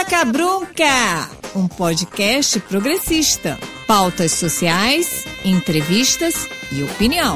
Fala Cabrunca, um podcast progressista. Pautas sociais, entrevistas e opinião.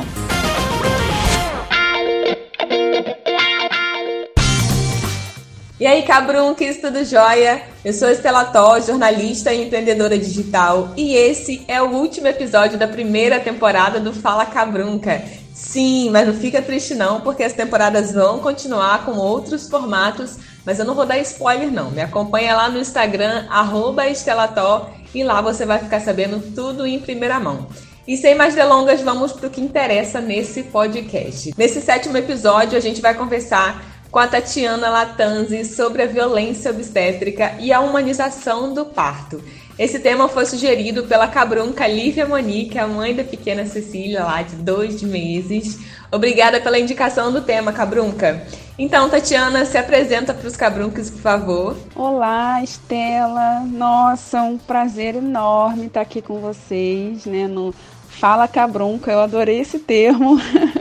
E aí, Cabrunques, tudo jóia? Eu sou Estela Tó, jornalista e empreendedora digital, e esse é o último episódio da primeira temporada do Fala Cabrunca. Sim, mas não fica triste não, porque as temporadas vão continuar com outros formatos, mas eu não vou dar spoiler não. Me acompanha lá no Instagram, @estelató, e lá você vai ficar sabendo tudo em primeira mão. E sem mais delongas, vamos para o que interessa nesse podcast. Nesse 7º episódio, a gente vai conversar com a Tatiana Lattanzi sobre a violência obstétrica e a humanização do parto. Esse tema foi sugerido pela cabrunca Lívia Monique, a mãe da pequena Cecília, lá de 2 meses. Obrigada pela indicação do tema, cabrunca. Então, Tatiana, se apresenta para os cabruncos, por favor. Olá, Estela. Nossa, um prazer enorme estar aqui com vocês, né, no Fala Cabrunca. Eu adorei esse termo.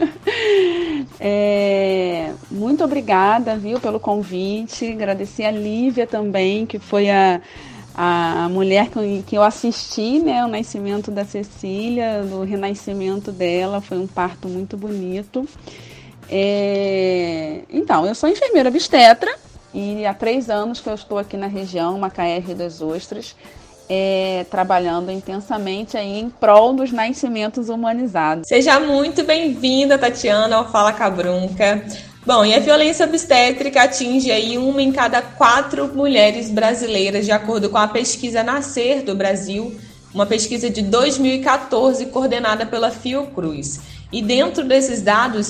Muito obrigada, viu, pelo convite. Agradecer a Lívia também, que foi a mulher que eu assisti, né, o nascimento da Cecília, do renascimento dela. Foi um parto muito bonito. Então, eu sou enfermeira obstetra e há 3 anos que eu estou aqui na região, Macaé, Rio das Ostras, trabalhando intensamente aí em prol dos nascimentos humanizados. Seja muito bem-vinda, Tatiana, ao Fala Cabrunca. Bom, e a violência obstétrica atinge aí 1 em cada 4 mulheres brasileiras, de acordo com a pesquisa Nascer do Brasil, uma pesquisa de 2014 coordenada pela Fiocruz. E dentro desses dados,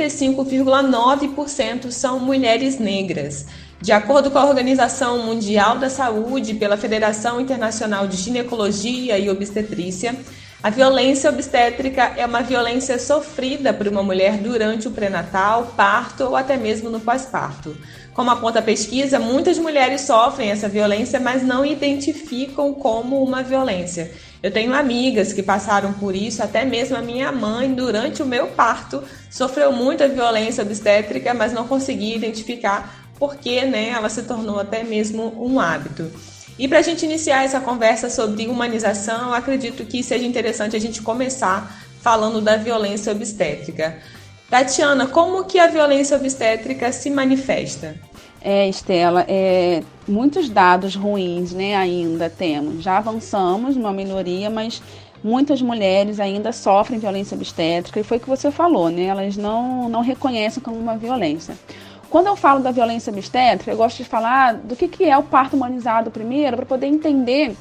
65,9% são mulheres negras. De acordo com a Organização Mundial da Saúde, pela Federação Internacional de Ginecologia e Obstetrícia, a violência obstétrica é uma violência sofrida por uma mulher durante o pré-natal, parto ou até mesmo no pós-parto. Como aponta a pesquisa, muitas mulheres sofrem essa violência, mas não identificam como uma violência. Eu tenho amigas que passaram por isso, até mesmo a minha mãe, durante o meu parto, sofreu muita violência obstétrica, mas não conseguia identificar porque, né, ela se tornou até mesmo um hábito. E para a gente iniciar essa conversa sobre humanização, eu acredito que seja interessante a gente começar falando da violência obstétrica. Tatiana, como que a violência obstétrica se manifesta? Estela, muitos dados ruins, né, ainda temos. Já avançamos numa melhoria, mas muitas mulheres ainda sofrem violência obstétrica, e foi o que você falou, né? Elas não reconhecem como uma violência. Quando eu falo da violência obstétrica, eu gosto de falar do que é o parto humanizado primeiro, para poder entender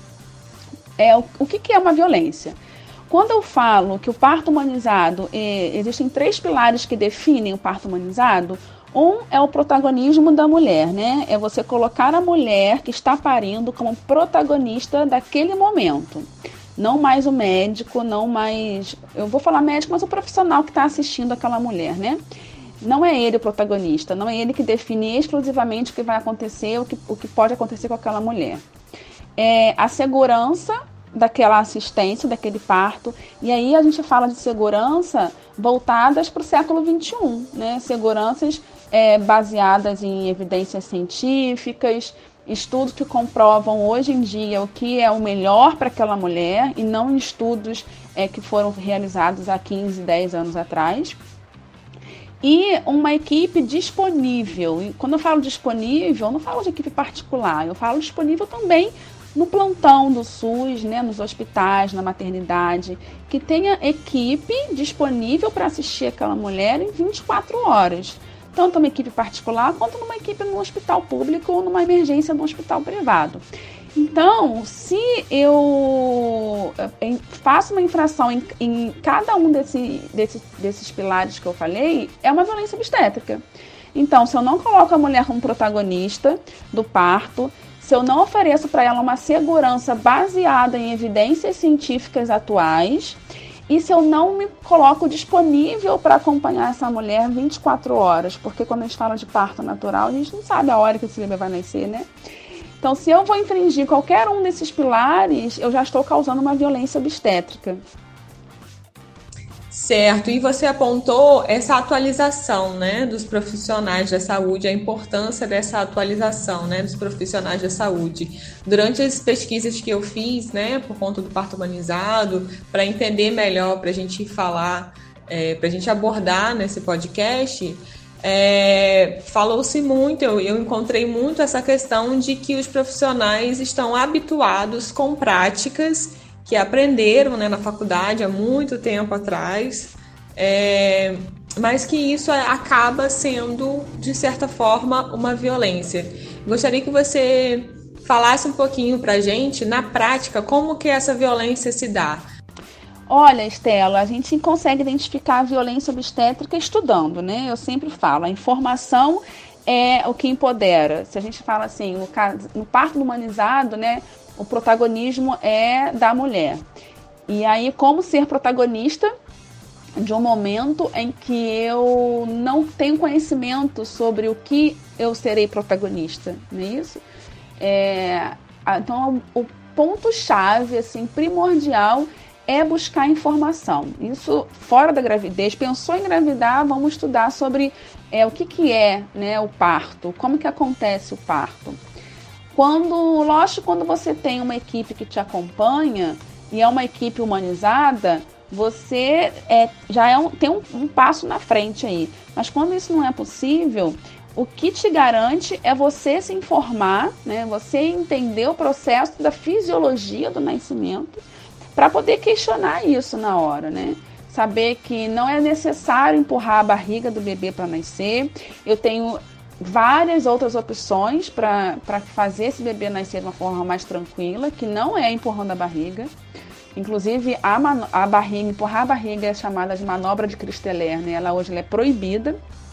o que é uma violência. Quando eu falo que o parto humanizado, existem 3 pilares que definem o parto humanizado. Um é o protagonismo da mulher, né? É você colocar a mulher que está parindo como protagonista daquele momento. Não mais o médico, não mais... Eu vou falar médico, mas o profissional que está assistindo aquela mulher, né? Não é ele o protagonista, não é ele que define exclusivamente o que vai acontecer, o que pode acontecer com aquela mulher. A segurança daquela assistência, daquele parto, e aí a gente fala de segurança voltadas para o século XXI, né? Seguranças baseadas em evidências científicas, estudos que comprovam hoje em dia o que é o melhor para aquela mulher, e não estudos que foram realizados há 15, 10 anos atrás. E uma equipe disponível. E quando eu falo disponível, eu não falo de equipe particular, eu falo disponível também no plantão do SUS, né, nos hospitais, na maternidade, que tenha equipe disponível para assistir aquela mulher em 24 horas. Tanto uma equipe particular quanto numa equipe no hospital público ou numa emergência no hospital privado. Então, se eu faço uma infração em cada um desses pilares que eu falei, é uma violência obstétrica. Então, se eu não coloco a mulher como protagonista do parto, se eu não ofereço para ela uma segurança baseada em evidências científicas atuais, e se eu não me coloco disponível para acompanhar essa mulher 24 horas, porque quando a gente fala de parto natural, a gente não sabe a hora que esse bebê vai nascer, né? Então, se eu vou infringir qualquer um desses pilares, eu já estou causando uma violência obstétrica. Certo, e você apontou essa atualização, né, dos profissionais da saúde, a importância dessa atualização, né, dos profissionais da saúde. Durante as pesquisas que eu fiz, né, por conta do parto humanizado, para entender melhor, para a gente falar, para a gente abordar nesse podcast, falou-se muito, eu encontrei muito essa questão de que os profissionais estão habituados com práticas que aprenderam, né, na faculdade há muito tempo atrás, mas que isso acaba sendo, de certa forma, uma violência. Gostaria que você falasse um pouquinho para a gente, na prática, como que essa violência se dá. Olha, Estela, a gente consegue identificar a violência obstétrica estudando, né? Eu sempre falo, a informação é o que empodera. Se a gente fala assim, no parto humanizado, né, o protagonismo é da mulher. E aí, como ser protagonista de um momento em que eu não tenho conhecimento sobre o que eu serei protagonista, não é isso? Então, o ponto-chave, assim, primordial é buscar informação. Isso fora da gravidez. Pensou em engravidar, vamos estudar sobre o que é, né, o parto, como que acontece o parto. Lógico, quando você tem uma equipe que te acompanha e é uma equipe humanizada, você tem um passo na frente aí. Mas quando isso não é possível, o que te garante é você se informar, né? Você entender o processo da fisiologia do nascimento para poder questionar isso na hora, né? Saber que não é necessário empurrar a barriga do bebê para nascer. Eu tenho várias outras opções para fazer esse bebê nascer de uma forma mais tranquila, que não é empurrando a barriga. Inclusive, empurrar a barriga é chamada de manobra de Christeler, né? Hoje ela é proibida.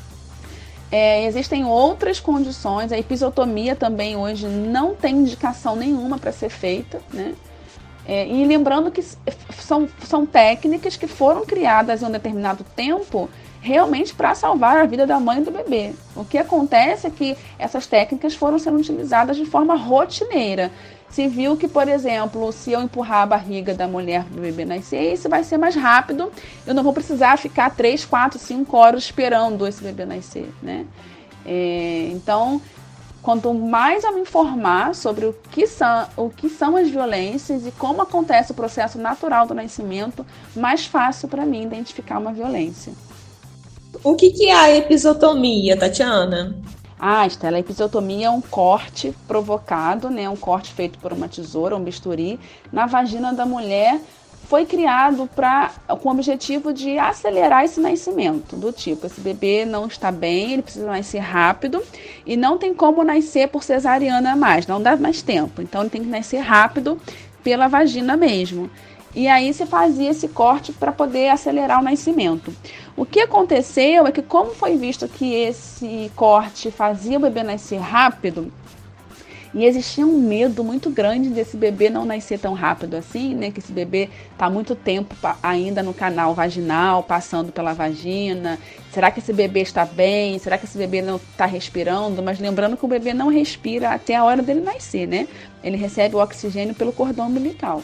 Existem outras condições, a episiotomia também hoje não tem indicação nenhuma para ser feita, né? E lembrando que são técnicas que foram criadas em um determinado tempo realmente para salvar a vida da mãe e do bebê. O que acontece é que essas técnicas foram sendo utilizadas de forma rotineira. Se viu que, por exemplo, se eu empurrar a barriga da mulher para o bebê nascer, isso vai ser mais rápido, eu não vou precisar ficar 3, 4, 5 horas esperando esse bebê nascer, né? Então, quanto mais eu me informar sobre o que são as violências e como acontece o processo natural do nascimento, mais fácil para mim identificar uma violência. O que é a episiotomia, Tatiana? Estela, a episiotomia é um corte provocado, né? Um corte feito por uma tesoura, um bisturi, na vagina da mulher. Foi criado com o objetivo de acelerar esse nascimento, do tipo, esse bebê não está bem, ele precisa nascer rápido e não tem como nascer por cesariana mais, não dá mais tempo, então ele tem que nascer rápido pela vagina mesmo. E aí se fazia esse corte para poder acelerar o nascimento. O que aconteceu é que, como foi visto que esse corte fazia o bebê nascer rápido, e existia um medo muito grande desse bebê não nascer tão rápido assim, né? Que esse bebê está muito tempo ainda no canal vaginal, passando pela vagina. Será que esse bebê está bem? Será que esse bebê não está respirando? Mas lembrando que o bebê não respira até a hora dele nascer, né? Ele recebe o oxigênio pelo cordão umbilical.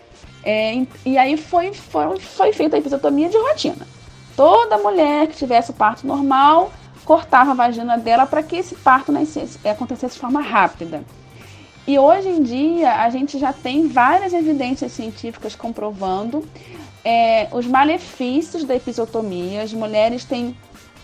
E aí foi feita a episiotomia de rotina. Toda mulher que tivesse o parto normal cortava a vagina dela para que esse parto acontecesse de forma rápida. E hoje em dia a gente já tem várias evidências científicas comprovando os malefícios da episiotomia. As mulheres têm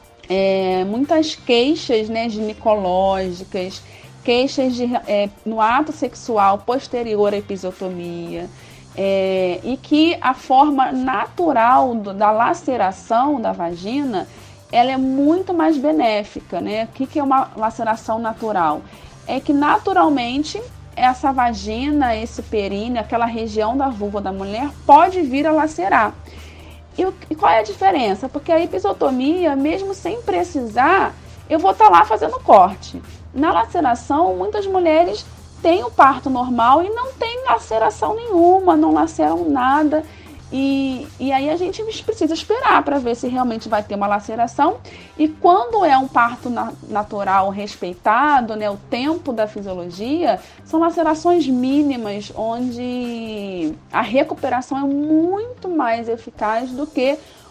muitas queixas, né, ginecológicas, queixas no ato sexual posterior à episiotomia. E que a forma natural da laceração da vagina, ela é muito mais benéfica, né? O que é uma laceração natural? É que naturalmente essa vagina, esse períneo, aquela região da vulva da mulher pode vir a lacerar. E qual é a diferença? Porque a episiotomia, mesmo sem precisar, eu vou estar lá fazendo corte. Na laceração, muitas mulheres têm o parto normal e não tem laceração nenhuma, não laceram nada. E aí a gente precisa esperar para ver se realmente vai ter uma laceração. E quando é um parto natural respeitado, né, o tempo da fisiologia, são lacerações mínimas, onde a recuperação é muito mais eficaz do que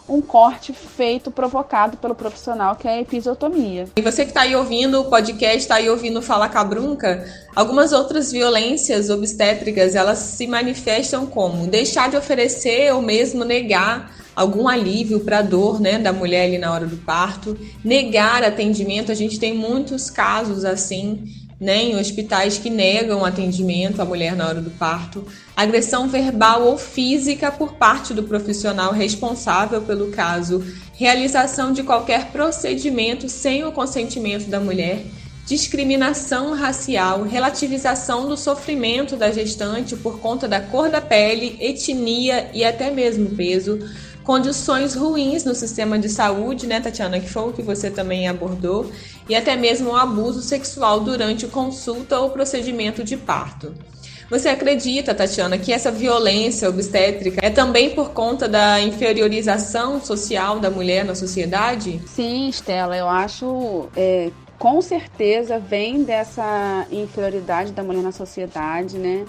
um corte feito, provocado pelo profissional, que é a episiotomia. E você que está aí ouvindo o podcast, está aí ouvindo Fala Cabrunca, algumas outras violências obstétricas, elas se manifestam como deixar de oferecer ou mesmo negar algum alívio para a dor, né, da mulher ali na hora do parto, negar atendimento. A gente tem muitos casos assim, né, em hospitais que negam atendimento à mulher na hora do parto, agressão verbal ou física por parte do profissional responsável pelo caso, realização de qualquer procedimento sem o consentimento da mulher, discriminação racial, relativização do sofrimento da gestante por conta da cor da pele, etnia e até mesmo peso, condições ruins no sistema de saúde, né, Tatiana, que foi o que você também abordou, e até mesmo o abuso sexual durante consulta ou procedimento de parto. Você acredita, Tatiana, que essa violência obstétrica é também por conta da inferiorização social da mulher na sociedade? Sim, Estela, eu acho, com certeza vem dessa inferioridade da mulher na sociedade, né?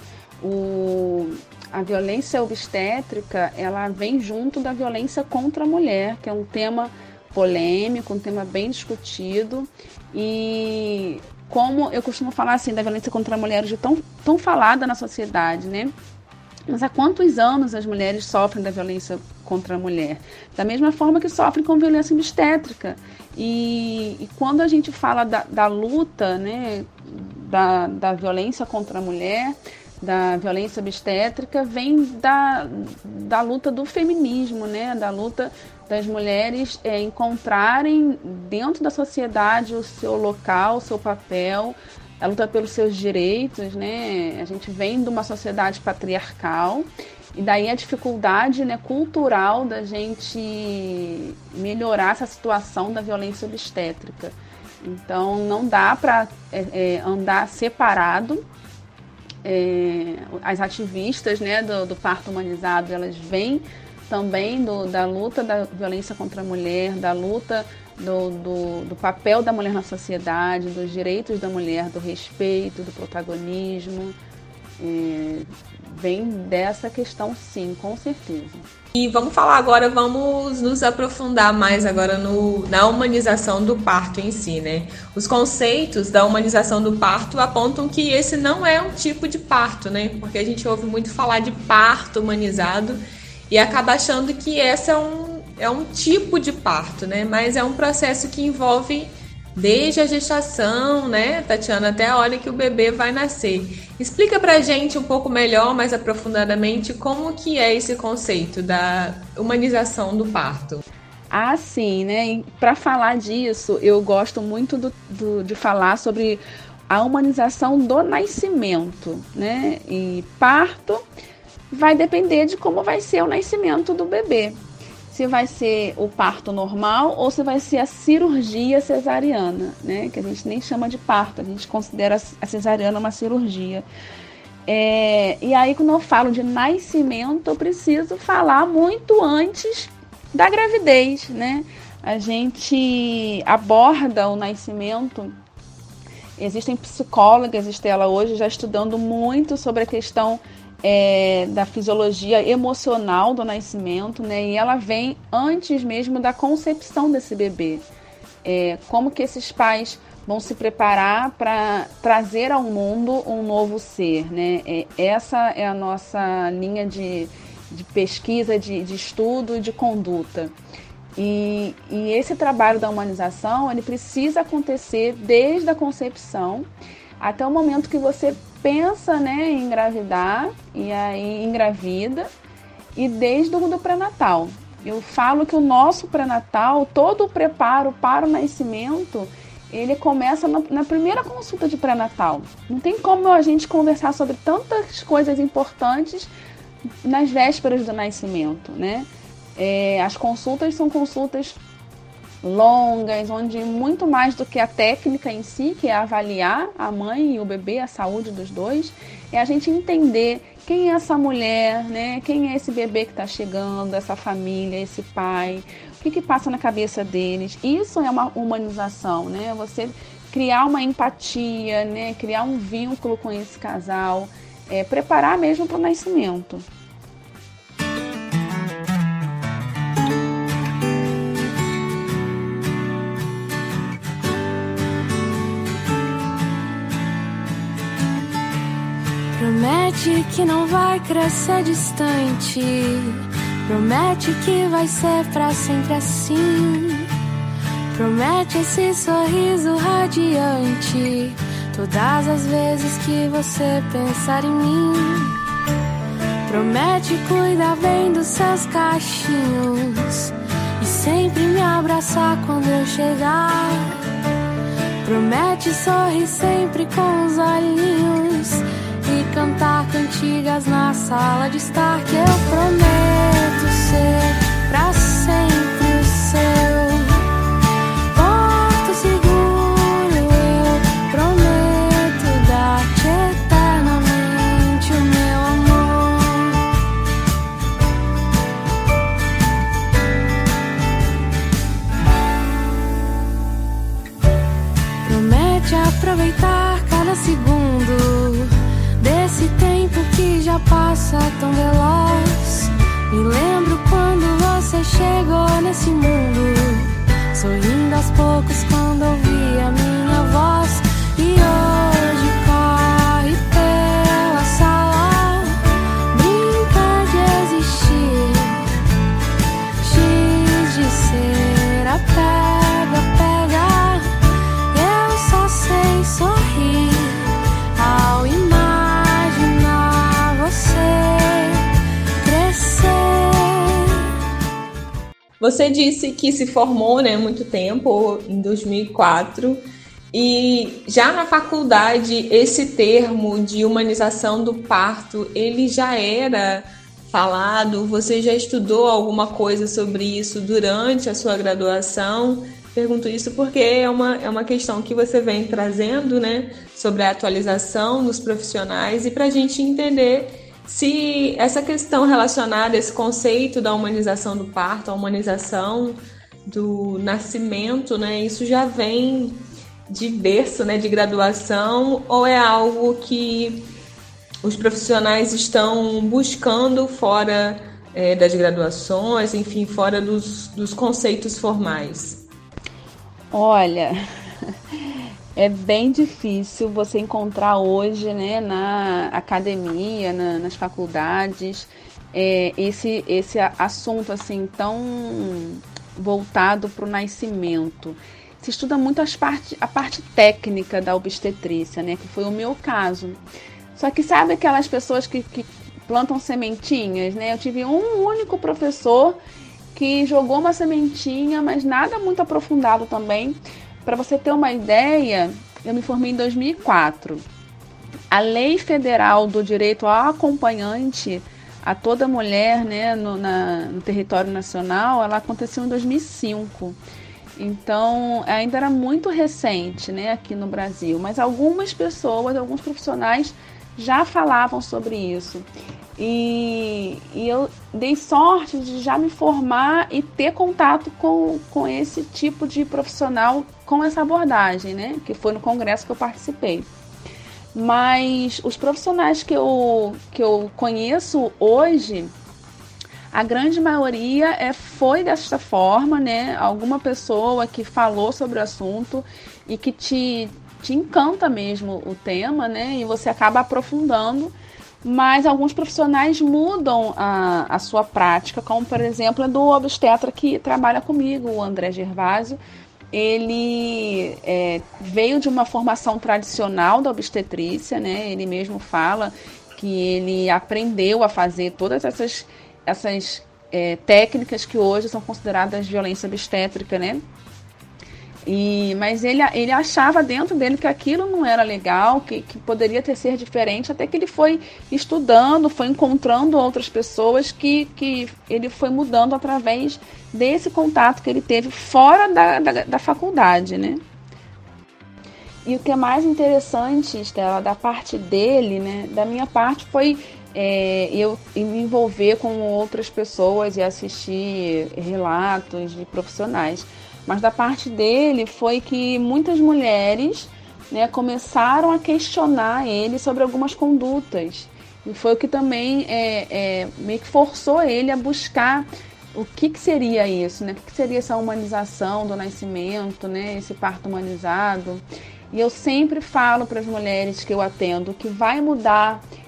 A violência obstétrica, ela vem junto da violência contra a mulher, que é um tema polêmico, um tema bem discutido. E como eu costumo falar assim, da violência contra a mulher hoje tão falada na sociedade, né? Mas há quantos anos as mulheres sofrem da violência contra a mulher? Da mesma forma que sofrem com violência obstétrica. E quando a gente fala da luta, né, da violência contra a mulher, da violência obstétrica, vem da luta do feminismo, né? Da luta das mulheres encontrarem dentro da sociedade o seu local, o seu papel, a luta pelos seus direitos, né? A gente vem de uma sociedade patriarcal e daí a dificuldade, né, cultural da gente melhorar essa situação da violência obstétrica. Então não dá para andar separado. As ativistas, né, do parto humanizado, elas vêm também da luta da violência contra a mulher, da luta do papel da mulher na sociedade, dos direitos da mulher, do respeito, do protagonismo. Vem dessa questão, sim, com certeza. E vamos falar agora, vamos nos aprofundar mais agora na humanização do parto em si, né? Os conceitos da humanização do parto apontam que esse não é um tipo de parto, né? Porque a gente ouve muito falar de parto humanizado e acaba achando que esse é um tipo de parto, né? Mas é um processo que envolve desde a gestação, né, Tatiana, até a hora que o bebê vai nascer. Explica pra gente um pouco melhor, mais aprofundadamente, como que é esse conceito da humanização do parto. Ah, sim, né? E para falar disso, eu gosto muito de falar sobre a humanização do nascimento, né? E parto vai depender de como vai ser o nascimento do bebê. Se vai ser o parto normal ou se vai ser a cirurgia cesariana, né? Que a gente nem chama de parto, a gente considera a cesariana uma cirurgia. E aí, quando eu falo de nascimento, eu preciso falar muito antes da gravidez, né? A gente aborda o nascimento. Existem psicólogas, Estela, hoje já estudando muito sobre a questão da fisiologia emocional do nascimento, né? E ela vem antes mesmo da concepção desse bebê. Como que esses pais vão se preparar para trazer ao mundo um novo ser, né? Essa é a nossa linha de pesquisa, de estudo e de conduta. E esse trabalho da humanização, ele precisa acontecer desde a concepção até o momento que você pensa, né, em engravidar, e aí engravida, e desde o pré-natal. Eu falo que o nosso pré-natal, todo o preparo para o nascimento, ele começa na primeira consulta de pré-natal. Não tem como a gente conversar sobre tantas coisas importantes nas vésperas do nascimento, né? As consultas são consultas longas, onde muito mais do que a técnica em si, que é avaliar a mãe e o bebê, a saúde dos dois, é a gente entender quem é essa mulher, né? Quem é esse bebê que está chegando, essa família, esse pai, o que passa na cabeça deles. Isso é uma humanização, né? Você criar uma empatia, né? Criar um vínculo com esse casal, preparar mesmo para o nascimento. Promete que não vai crescer distante, promete que vai ser pra sempre assim. Promete esse sorriso radiante todas as vezes que você pensar em mim. Promete cuidar bem dos seus cachinhos e sempre me abraçar quando eu chegar. Promete sorrir sempre com os olhinhos e cantar cantigas na sala de estar. Que eu prometo ser pra sempre o seu porto seguro. Eu prometo dar-te eternamente o meu amor. Promete aproveitar cada segundo desse tempo que já passa tão veloz. Me lembro quando você chegou nesse mundo, sorrindo aos poucos quando ouvi a minha voz. E hoje corre pela sala, brinca de existir, X de ser a pega. Eu só sei sorrir ao imaginar você crescer. Você disse que se formou, né, há muito tempo, em 2004, e já na faculdade esse termo de humanização do parto, ele já era falado? Você já estudou alguma coisa sobre isso durante a sua graduação? Pergunto isso porque é uma questão que você vem trazendo, né, sobre a atualização dos profissionais, e para a gente entender se essa questão relacionada, esse conceito da humanização do parto, a humanização do nascimento, né, isso já vem de berço, né, de graduação, ou é algo que os profissionais estão buscando fora das graduações, enfim, fora dos conceitos formais? Olha, é bem difícil você encontrar hoje, né, na academia, nas faculdades, esse assunto assim tão voltado para o nascimento. Se estuda muito a parte técnica da obstetrícia, né, que foi o meu caso. Só que sabe aquelas pessoas que plantam sementinhas, né? Eu tive um único professor que jogou uma sementinha, mas nada muito aprofundado também. Para você ter uma ideia, eu me formei em 2004. A Lei Federal do Direito ao Acompanhante a toda mulher, né, no território nacional, ela aconteceu em 2005. Então, ainda era muito recente, né, aqui no Brasil. Mas algumas pessoas, alguns profissionais já falavam sobre isso. E eu dei sorte de já me formar e ter contato com esse tipo de profissional, com essa abordagem, né? Que foi no congresso que eu participei. Mas os profissionais que eu conheço hoje, a grande maioria foi desta forma, né? Alguma pessoa que falou sobre o assunto e que te encanta mesmo o tema, né? E você acaba aprofundando. Mas alguns profissionais mudam a sua prática, como, por exemplo, a do obstetra que trabalha comigo, o André Gervásio. Ele veio de uma formação tradicional da obstetrícia, né? Ele mesmo fala que ele aprendeu a fazer todas essas técnicas que hoje são consideradas violência obstétrica, né? Mas ele achava dentro dele que aquilo não era legal, que poderia ser diferente, até que ele foi estudando, foi encontrando outras pessoas que ele foi mudando através desse contato que ele teve fora da faculdade, né? E o que é mais interessante, Estela, da parte dele, né, da minha parte, foi eu me envolver com outras pessoas e assistir relatos de profissionais. Mas da parte dele foi que muitas mulheres, né, começaram a questionar ele sobre algumas condutas. E foi o que também meio que forçou ele a buscar o que seria isso, né? O que seria essa humanização do nascimento, né? Esse parto humanizado. E eu sempre falo para as mulheres que eu atendo que vai mudar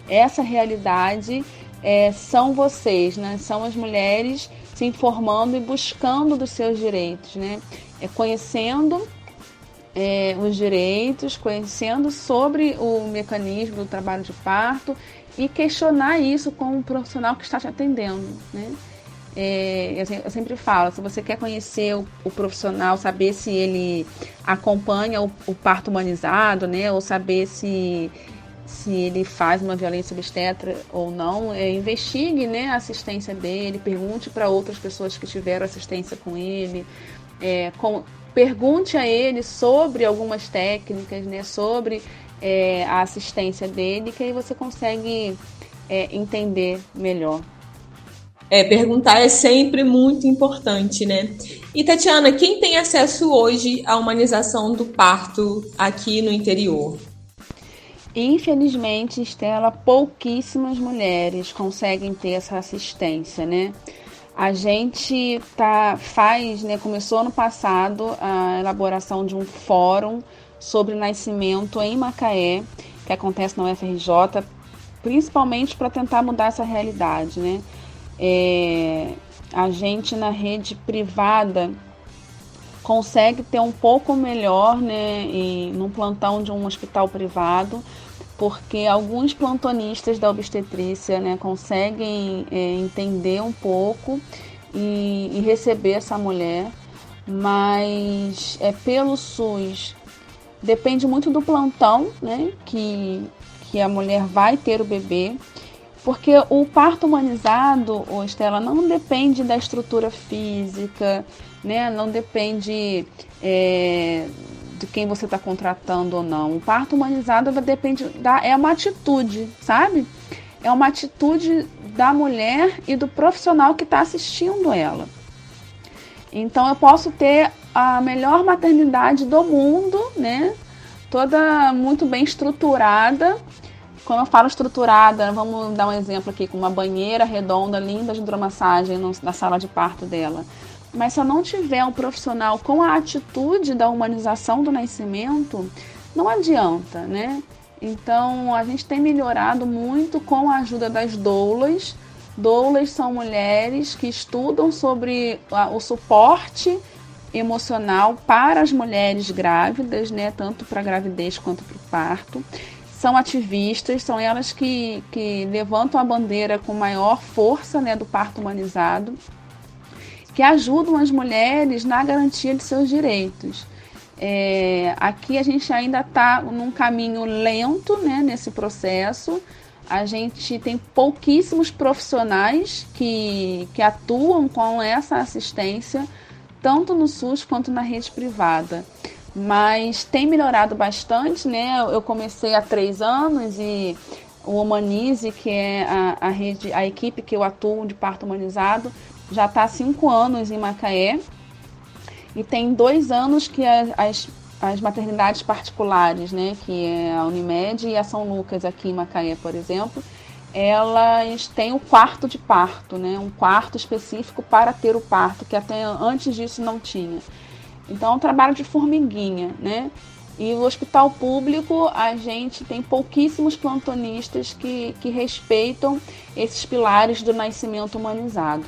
essa realidade são vocês, né? São as mulheres se informando e buscando dos seus direitos, né? Conhecendo os direitos, conhecendo sobre o mecanismo do trabalho de parto e questionar isso com o profissional que está te atendendo, né? Eu sempre falo, se você quer conhecer o profissional, saber se ele acompanha o parto humanizado, né, ou saber se ele faz uma violência obstétrica ou não, investigue, né, a assistência dele, pergunte para outras pessoas que tiveram assistência com ele, pergunte a ele sobre algumas técnicas, né, sobre a assistência dele, que aí você consegue entender melhor. Perguntar é sempre muito importante, né? E, Tatiana, quem tem acesso hoje à humanização do parto aqui no interior? Infelizmente, Estela, pouquíssimas mulheres conseguem ter essa assistência, né? A gente começou ano passado a elaboração de um fórum sobre nascimento em Macaé, que acontece na UFRJ, principalmente para tentar mudar essa realidade, né? A gente na rede privada consegue ter um pouco melhor, né, num plantão de um hospital privado, porque alguns plantonistas da obstetrícia, né, conseguem entender um pouco e receber essa mulher, mas pelo SUS depende muito do plantão, né, que a mulher vai ter o bebê. Porque o parto humanizado, Estela, não depende da estrutura física, né? Não depende de quem você está contratando ou não. O parto humanizado é uma atitude, sabe? É uma atitude da mulher e do profissional que está assistindo ela. Então eu posso ter a melhor maternidade do mundo, né? Toda muito bem estruturada. Quando eu falo estruturada, vamos dar um exemplo aqui, com uma banheira redonda, linda de hidromassagem na sala de parto dela. Mas se eu não tiver um profissional com a atitude da humanização do nascimento, não adianta, né? Então, a gente tem melhorado muito com a ajuda das doulas. Doulas são mulheres que estudam sobre o suporte emocional para as mulheres grávidas, né? Tanto para a gravidez quanto para o parto. São ativistas, são elas que levantam a bandeira com maior força, né, do parto humanizado, que ajudam as mulheres na garantia de seus direitos. Aqui a gente ainda está num caminho lento, né, nesse processo. A gente tem pouquíssimos profissionais que atuam com essa assistência, tanto no SUS quanto na rede privada. Mas tem melhorado bastante, né? Eu comecei há 3 anos e o Humanize, que é a equipe que eu atuo de parto humanizado, já está há 5 anos em Macaé. E tem 2 anos que as maternidades particulares, né? Que é a Unimed e a São Lucas aqui em Macaé, por exemplo, elas têm o quarto de parto, né? Um quarto específico para ter o parto, que até antes disso não tinha. Então é um trabalho de formiguinha, né? E o hospital público, a gente tem pouquíssimos plantonistas que respeitam esses pilares do nascimento humanizado.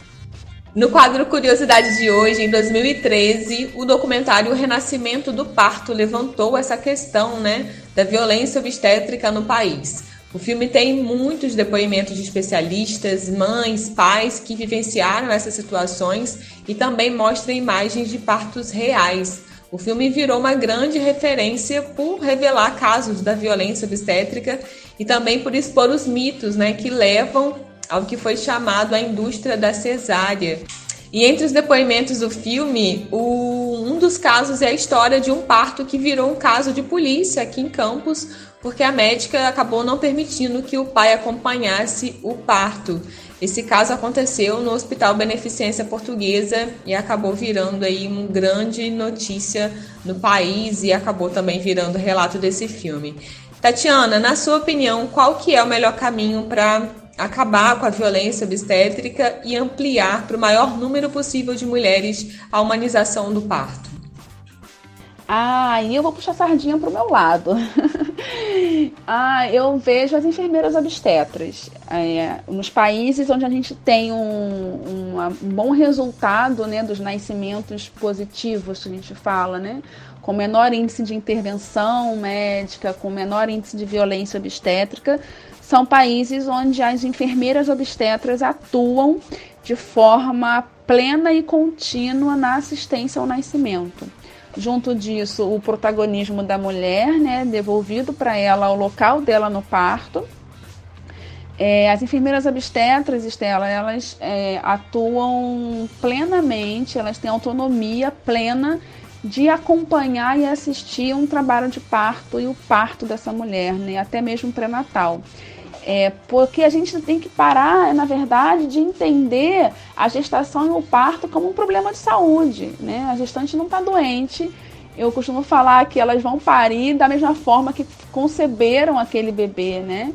No quadro Curiosidade de hoje, em 2013, o documentário O Renascimento do Parto levantou essa questão, né, da violência obstétrica no país. O filme tem muitos depoimentos de especialistas, mães, pais que vivenciaram essas situações e também mostra imagens de partos reais. O filme virou uma grande referência por revelar casos da violência obstétrica e também por expor os mitos, né, que levam ao que foi chamado a indústria da cesárea. E entre os depoimentos do filme, um dos casos é a história de um parto que virou um caso de polícia aqui em Campos, porque a médica acabou não permitindo que o pai acompanhasse o parto. Esse caso aconteceu no Hospital Beneficência Portuguesa e acabou virando aí uma grande notícia no país e acabou também virando relato desse filme. Tatiana, na sua opinião, qual que é o melhor caminho para acabar com a violência obstétrica e ampliar para o maior número possível de mulheres a humanização do parto? E eu vou puxar a sardinha para o meu lado. Eu vejo as enfermeiras obstetras. Nos países onde a gente tem um bom resultado, né, dos nascimentos positivos, que a gente fala, né, com menor índice de intervenção médica, com menor índice de violência obstétrica, são países onde as enfermeiras obstetras atuam de forma plena e contínua na assistência ao nascimento. Junto disso, o protagonismo da mulher, né, devolvido para ela ao local dela no parto. As enfermeiras obstetras, Estela, elas atuam plenamente, elas têm autonomia plena de acompanhar e assistir um trabalho de parto e o parto dessa mulher, né, até mesmo pré-natal. Porque a gente tem que parar, na verdade, de entender a gestação e o parto como um problema de saúde, né? A gestante não está doente. Eu costumo falar que elas vão parir da mesma forma que conceberam aquele bebê, né?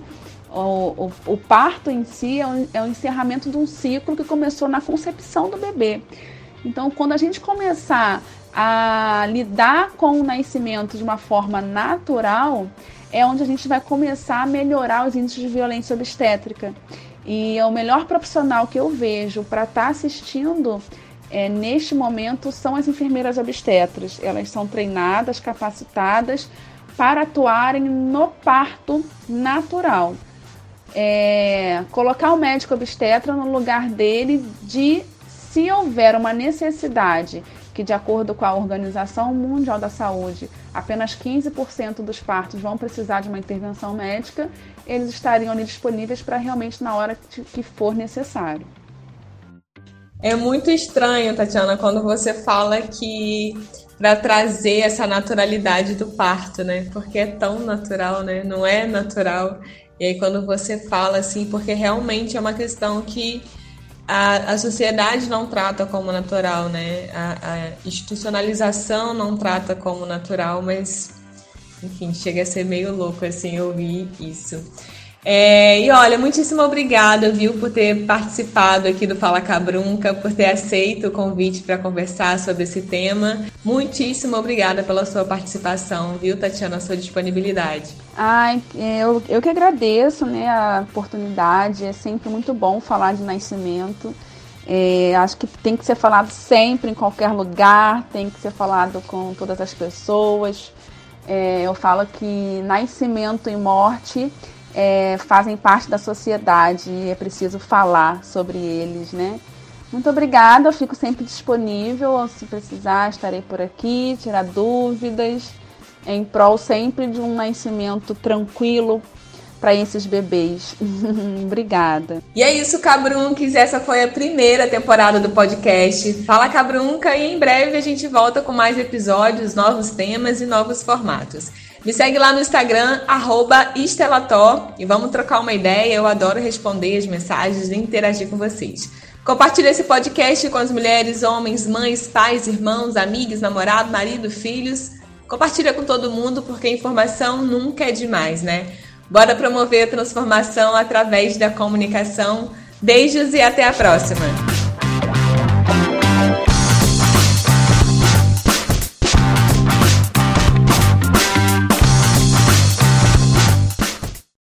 O parto em si é o encerramento de um ciclo que começou na concepção do bebê. Então, quando a gente começar a lidar com o nascimento de uma forma natural, é onde a gente vai começar a melhorar os índices de violência obstétrica. E o melhor profissional que eu vejo para estar assistindo neste momento são as enfermeiras obstetras. Elas são treinadas, capacitadas para atuarem no parto natural. Colocar o médico obstetra no lugar dele de, se houver uma necessidade, que de acordo com a Organização Mundial da Saúde, apenas 15% dos partos vão precisar de uma intervenção médica, eles estariam ali disponíveis para realmente na hora que for necessário. É muito estranho, Tatiana, quando você fala que para trazer essa naturalidade do parto, né? Porque é tão natural, né? Não é natural. E aí quando você fala assim, porque realmente é uma questão que a sociedade não trata como natural, né? A institucionalização não trata como natural, mas, enfim, chega a ser meio louco, assim, ouvir isso. E olha, muitíssimo obrigada, viu, por ter participado aqui do Fala Cabrunca, por ter aceito o convite para conversar sobre esse tema. Muitíssimo obrigada pela sua participação, viu, Tatiana, a sua disponibilidade. Eu que agradeço, né, a oportunidade. É sempre muito bom falar de nascimento. Acho que tem que ser falado sempre, em qualquer lugar, tem que ser falado com todas as pessoas. Eu falo que nascimento e morte fazem parte da sociedade e é preciso falar sobre eles, né? Muito obrigada, eu fico sempre disponível, se precisar estarei por aqui, tirar dúvidas, em prol sempre de um nascimento tranquilo para esses bebês. Obrigada. E é isso, Cabrunques, essa foi a primeira temporada do podcast Fala Cabrunca e em breve a gente volta com mais episódios, novos temas e novos formatos. Me segue lá no Instagram, @estelató, e vamos trocar uma ideia. Eu adoro responder as mensagens e interagir com vocês. Compartilhe esse podcast com as mulheres, homens, mães, pais, irmãos, amigos, namorado, marido, filhos. Compartilha com todo mundo, porque informação nunca é demais, né? Bora promover a transformação através da comunicação. Beijos e até a próxima!